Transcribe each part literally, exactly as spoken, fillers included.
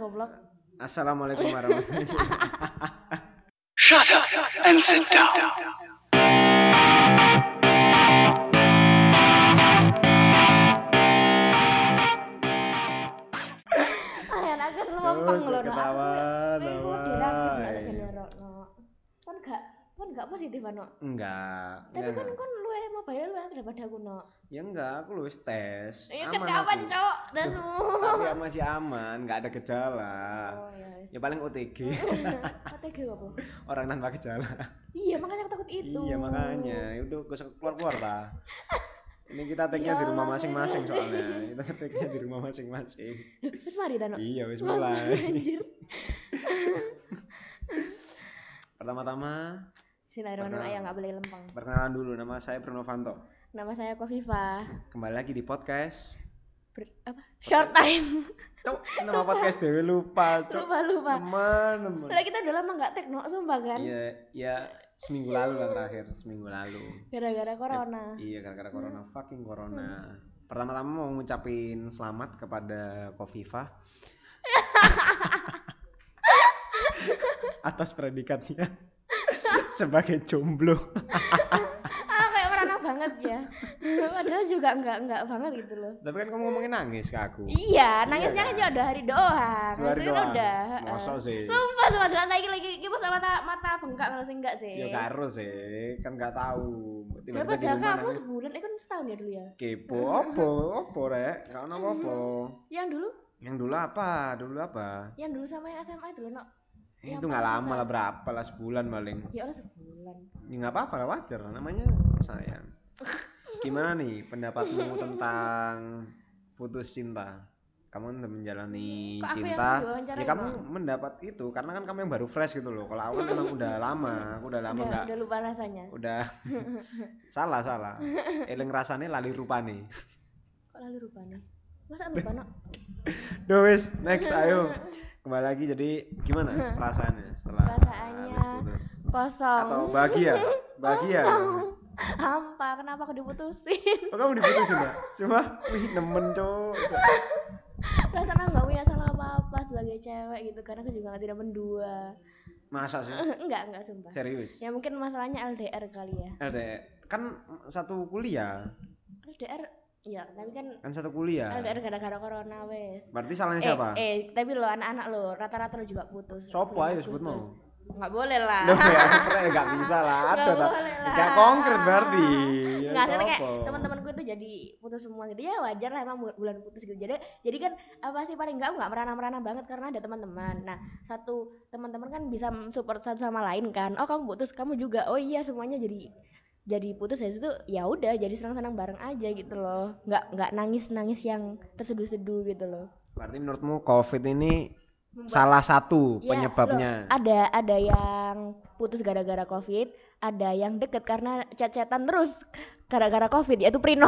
goblok. Assalamualaikum warahmatullahi wabarakatuh. Shut up and sit down. Ayan aku lempeng lho, Nak. Ketawa, Aku tawa. dirakit gak tak generokno. Kan gak kan gak positif ano. Enggak. Tapi enggak, kan enggak. kon luwe mau bayar luwe daripada aku no. Ya enggak, aku lu wis tes. Ya kan Aman kapan, aku. Cok? Dasmu. Tapi ya masih aman, enggak ada gejala. Oh ya wis. Ya paling O T G. O T G apa? Orang tanpa gejala. Iya, makanya aku takut itu. Iya, makanya. Ya udah gak usah keluar-keluar lah. Ini kita take-nya Ya di rumah Allah, masing-masing wes. soalnya. Kita take-nya di rumah masing-masing. Wis mari ta, no? Iya, wis mulai. Anjir. Pertama-tama, Bismillahirrahmanirrahim, enggak boleh lempeng. perkenalan dulu. Nama saya Bruno Vanto. Nama saya Kofifa. Kembali lagi di podcast. Ber, apa? Short time. Cuk, nama podcast dewe lupa, cuk. Lupa lupa. Teman-teman. Udah kita udah lama enggak tag no, sumpah kan? Iya, ya seminggu lalu lah terakhir, seminggu lalu. Gara-gara corona. Iya, gara-gara corona, fucking corona. Pertama-tama mau ngucapin selamat kepada Kofifa atas predikatnya sebagai jomblo. Ah, kayak merana banget ya. Padahal juga enggak enggak banget gitu loh. Tapi kan kamu ngomongin nangis ke aku. Iya, nangisnya kan kan? cuma dua hari doang. Dua hari Hasilnya doang. udah. Masa heeh. sih? Sumpah, sumpah dengan lagi lagi iki pas mata mata bengkak kalau sih enggak sih. Ya gak harus sih, kan gak tahu. Tiba-tiba di Daripada rumah kamu nangis. sebulan, eh kan setahun ya dulu ya. Kepo, opo, opo rek, gak ono apa-apa. Yang dulu, Yang dulu apa? Dulu apa? yang dulu sama yang S M A itu loh, no. Eh, Yang itu nggak paling lama susah. lah, berapa lah, sebulan paling. Ya Allah sebulan. Ya nggak apa-apa lah, wajar lah, namanya sayang. Gimana nih pendapatmu tentang putus cinta? Kamu udah menjalani Kok aku yang cinta, diwawancarai, ya kamu Mak? mendapat itu karena kan kamu yang baru fresh gitu loh. Kalau aku kan memang udah lama, aku udah lama Udah, nggak, udah lupa rasanya. udah salah salah. Eling rasane lali rupane. Kok lalu rupanya? Masa lupa, no? Duh wis, next ayo. Kembali lagi, jadi gimana perasaannya setelah Perasaannya habis putus? Kosong. Atau bahagia? Bahagia. Kosong. Hampa, kenapa aku diputusin? Oh, kamu diputusin ya? Cuma, wih nemen cowok. Perasaan aku gak punya salah apa-apa sebagai cewek gitu, karena aku juga gak tidak mendua. Masa sih? Enggak, enggak sumpah. Serius? Ya mungkin masalahnya L D R kali ya. L D R kan satu kuliah, L D R, ya tapi kan kan satu kuliah. L D R gara-gara corona wes. Berarti salahnya Eh, siapa? eh, tapi lo anak-anak lo rata-rata lo juga putus. Sopo Putus, ayo sebut putus. no. Nggak boleh lah. Loh ya, keren gak bisa lah. Ada Nggak tak? boleh lah. Gak konkret berarti. Ya, Nggak, tapi kayak sopo? teman-temanku itu jadi putus semua gitu ya, wajar lah emang bu- bulan putus gitu. Jadi jadi kan apa sih, paling enggak nggak merana-merana banget karena ada teman-teman. Nah, satu teman-teman kan bisa support satu sama lain kan. Oh kamu putus, kamu juga. Oh iya, semuanya jadi jadi putus dari situ. Ya udah, jadi senang-senang bareng aja gitu loh. Nggak nggak nangis-nangis yang terseduh-seduh gitu loh. Berarti menurutmu COVID ini Membuat- salah satu Ya, penyebabnya? loh, ada ada yang putus gara-gara Covid, ada yang deket karena chat-chatan terus gara-gara Covid, yaitu Prino.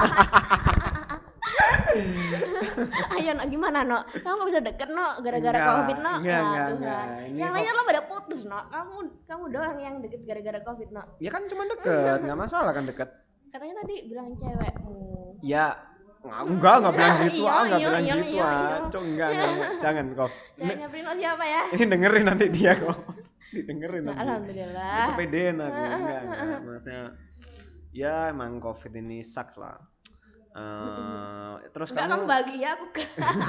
Ayo nak, gimana no? Kamu gak bisa deket no gara-gara Enggak, Covid no? enggak, Ya, enggak, Tuhan. enggak. Ini Yang kok- lainnya lo pada putus no. Kamu kamu doang yang deket gara-gara Covid no. Ya kan cuma deket, nggak masalah kan deket. Katanya tadi bilang cewekmu. Ya nggak, enggak enggak bilang gitu, Iya, ah enggak iya, bilang iya, gitu iya, ah. iya. Cok, enggak, enggak, enggak. Jangan kok. Ini, Ceweknya Prino siapa ya? ini dengerin nanti dia kok. Didengerin Nah, nanti. alhamdulillah. Ini kepedean aku, enggak, enggak. Maksudnya ya emang COVID ini sucks lah. Eh, terus Enggak, kamu kamu bahagia aku kan.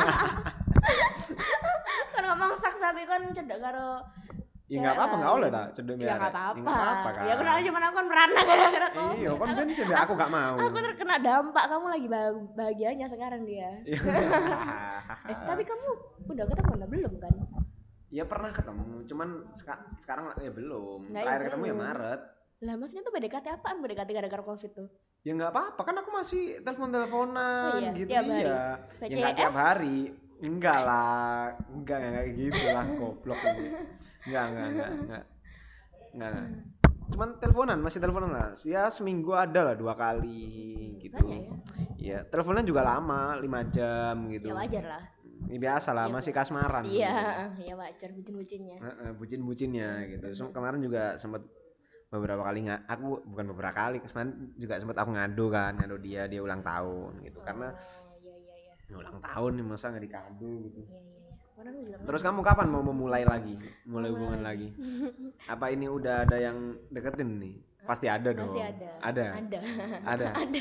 Kan ngomong saks tapi kan cedek karo ya enggak apa-apa, enggak oleh tak cedek ya biar. enggak apa-apa. Enggak apa-apa kan. Ya kenapa cuma aku kan merana gara-gara kamu. Iya, kan ben sih aku enggak mau. Aku terkena dampak, kamu lagi bah- bahagianya sekarang dia. Iya. Eh, tapi kamu udah ketemu enggak belum kan? Ya pernah ketemu, cuman seka- sekarang ya belum. Nah, ya Terakhir ketemu ya belum. Maret. Lah maksudnya tuh B D K T apaan? B D K T gara-gara Covid tuh. Ya nggak apa-apa, kan aku masih telepon-teleponan Oh iya, gitu tiap hari. iya. P Ya C nggak S? tiap hari. Enggak lah, enggak enggak kayak gitu lah, goblok ini. Enggak, enggak, enggak, enggak. Enggak, enggak. Cuman teleponan, masih teleponan lah. Ya seminggu ada lah dua kali gitu. Banyak ya? Iya, teleponan juga lama, lima jam gitu. Ya wajar lah. Ini biasa lah, Iya, masih kasmaran. Iya, ya wajar bucin-bucinnya. Heeh, bucin-bucinnya gitu. So, kemarin juga sempat beberapa kali nggak, aku bukan beberapa kali, kemarin juga sempat aku ngadu kan, ngadu dia dia ulang tahun gitu. Karena Oh, iya iya iya. ulang tahun nih masa nggak dikado gitu. Iya iya iya. Mana lu bilang? Terus kamu kapan mau memulai lagi? Mulai hubungan lagi? Apa ini udah ada yang deketin nih? Pasti ada dong. Masih ada. Ada. Ada. Ada. Ada.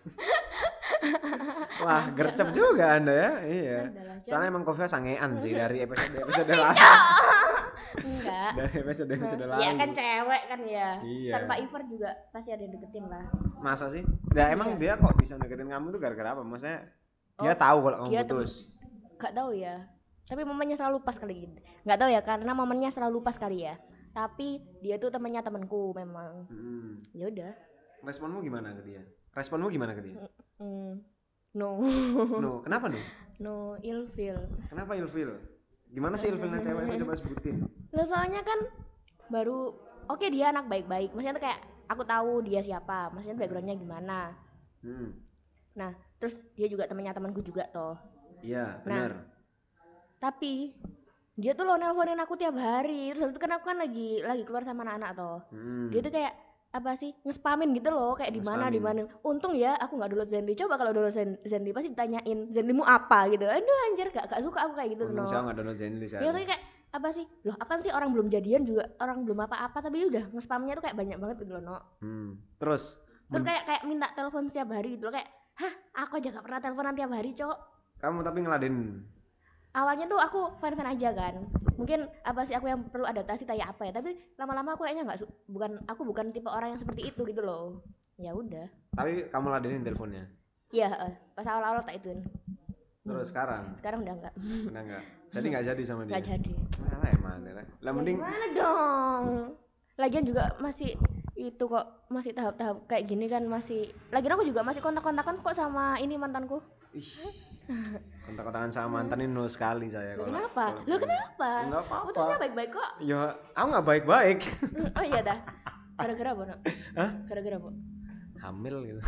Wah, gercep juga Anda ya. Iya. Ada lah, Chan. Soalnya emang Kofia sangean sih dari episode-episode lalu. Enggak. Dari episode-episode lalu. Ya kan cewek kan ya. Iya. Tanpa effort juga pasti ada yang deketin lah. Masa sih? Nah, emang dia Iya. kok bisa deketin kamu tuh gara-gara apa? Maksudnya dia Oh, tahu kalau kamu dia putus. Gak tahu ya. Tapi momennya selalu pas kali gitu. Gak tahu ya karena momennya selalu pas kali ya. Tapi dia tuh temennya temanku memang. Hmm. Ya udah. Responmu gimana ke dia? Responmu gimana ke dia? Hmm. No. No, kenapa no? No ilfeel. Kenapa ilfil? Gimana sih ilfilnya cewek itu coba sebutin? Lo soalnya kan baru oke dia anak baik-baik. Maksudnya tuh kayak aku tahu dia siapa. Maksudnya backgroundnya gimana. Hmm. Nah, terus dia juga temennya temanku juga toh. Iya, Nah, benar. Tapi dia tuh lo nelponin aku tiap hari. Terus habis itu kan aku kan lagi lagi keluar sama anak-anak toh. Hmm. Dia tuh kayak apa sih ngespamin gitu loh kayak di mana di mana. Untung ya aku nggak download Zenly. Coba kalau download Zen- Zenly pasti ditanyain Zenlymu apa gitu. Aduh anjir gak, gak suka aku kayak gitu Untung no. saya nggak download Zenly Ya saya. maksudnya kayak apa sih? Loh apaan sih orang belum jadian juga orang belum apa-apa tapi udah ngespamnya tuh kayak banyak banget gitu loh no. Hmm. Terus Terus kayak kayak minta telepon setiap hari gitu loh kayak hah aku aja gak pernah teleponan tiap hari cok. kamu tapi ngeladenin. Awalnya tuh aku fan-fan aja kan. Mungkin apa sih aku yang perlu adaptasi kayak apa ya. Tapi lama-lama aku kayaknya nggak su- bukan aku bukan tipe orang yang seperti itu gitu loh. Ya udah. Tapi kamu ladenin teleponnya. Iya, eh, pas awal-awal tak ituin. Terus sekarang Sekarang udah enggak. udah enggak. Jadi nggak jadi sama dia. Enggak jadi. Alah emang ya. Lah Ya mending gimana dong? Lagian juga masih itu kok masih tahap-tahap kayak gini kan masih. Lagian aku juga masih kontak-kontakan kok sama ini mantanku. ih. Kontak-kontakan sama mantan ini nol sekali saya Loh, kalau. kenapa? kalau- Lo kenapa? Enggak apa-apa. Putusnya baik-baik kok. Ya, aku nggak baik-baik. Oh iya dah. Gara-gara apa, Nak? Hah? Gara-gara apa? Hamil gitu.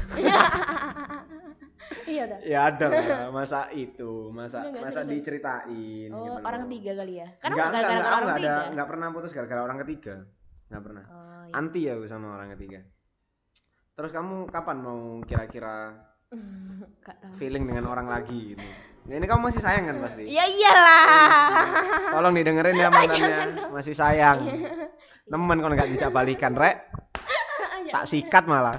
Iya dah. Ya ada lah, masa itu, masa Enggak, enggak, masa seriusan. diceritain Oh, gitu orang loh. ketiga kali ya? Karena Enggak, bukan enggak, gara-gara enggak, aku orang enggak ada, ketiga. enggak pernah putus gara-gara orang ketiga. Enggak pernah. Oh, iya. Anti ya aku sama orang ketiga. Terus kamu kapan mau kira-kira Gak tahu. feeling dengan orang lagi gitu? Nah, ini kamu masih sayang kan pasti? Ya iyalah. Tolong didengerin ya mantannya, masih sayang. Nemen kalau nggak dijak balikan, rek. Tak sikat malah.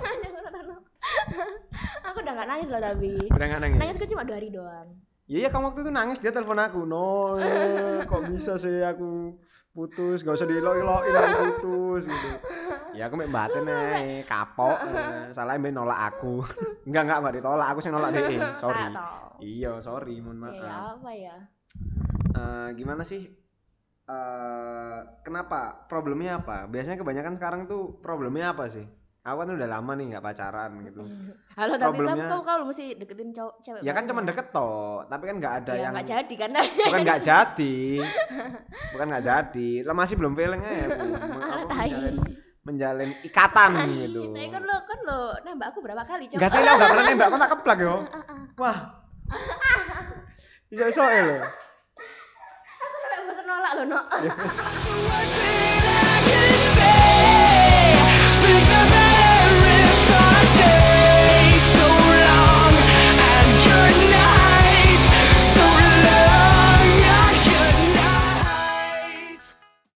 Aku udah gak nangis loh tapi. Udah nggak nangis. Nangisku cuma dua hari doang. Iya, kamu waktu itu nangis dia telepon aku. No, eh, kok bisa sih aku putus? Gak usah dielok-elokin aku putus gitu. Ya aku mek batin ae, kapok. eh, Salahnya mbek nolak aku. Enggak, enggak, enggak ditolak. Aku sing nolak dhek. Sorry. Tak tahu. Iya, sorry, mohon maaf. Ya apa ya? Eh, gimana sih? Eh, kenapa? Problemnya apa? Biasanya kebanyakan sekarang tuh problemnya apa sih? Aku kan udah lama nih nggak pacaran gitu. Halo tapi kamu Problemnya- kamu kalau mesti deketin cowok cewek. Ya kan banyak. cuma deket toh, tapi kan nggak ada Ya yang nggak jadi kan? bukan nggak jadi, bukan nggak jadi. Lah masih belum feeling aja aku. Aku Tai. menjalin, menjalin ikatan gitu. Tapi kan lo kan lo nembak aku berapa kali cowok? Nggak tahu lah, nggak pernah nembak, kok tak keplak yo. Wah, iso-iso ya lo. Aku sampai bosan nolak lo no. Words that I could say.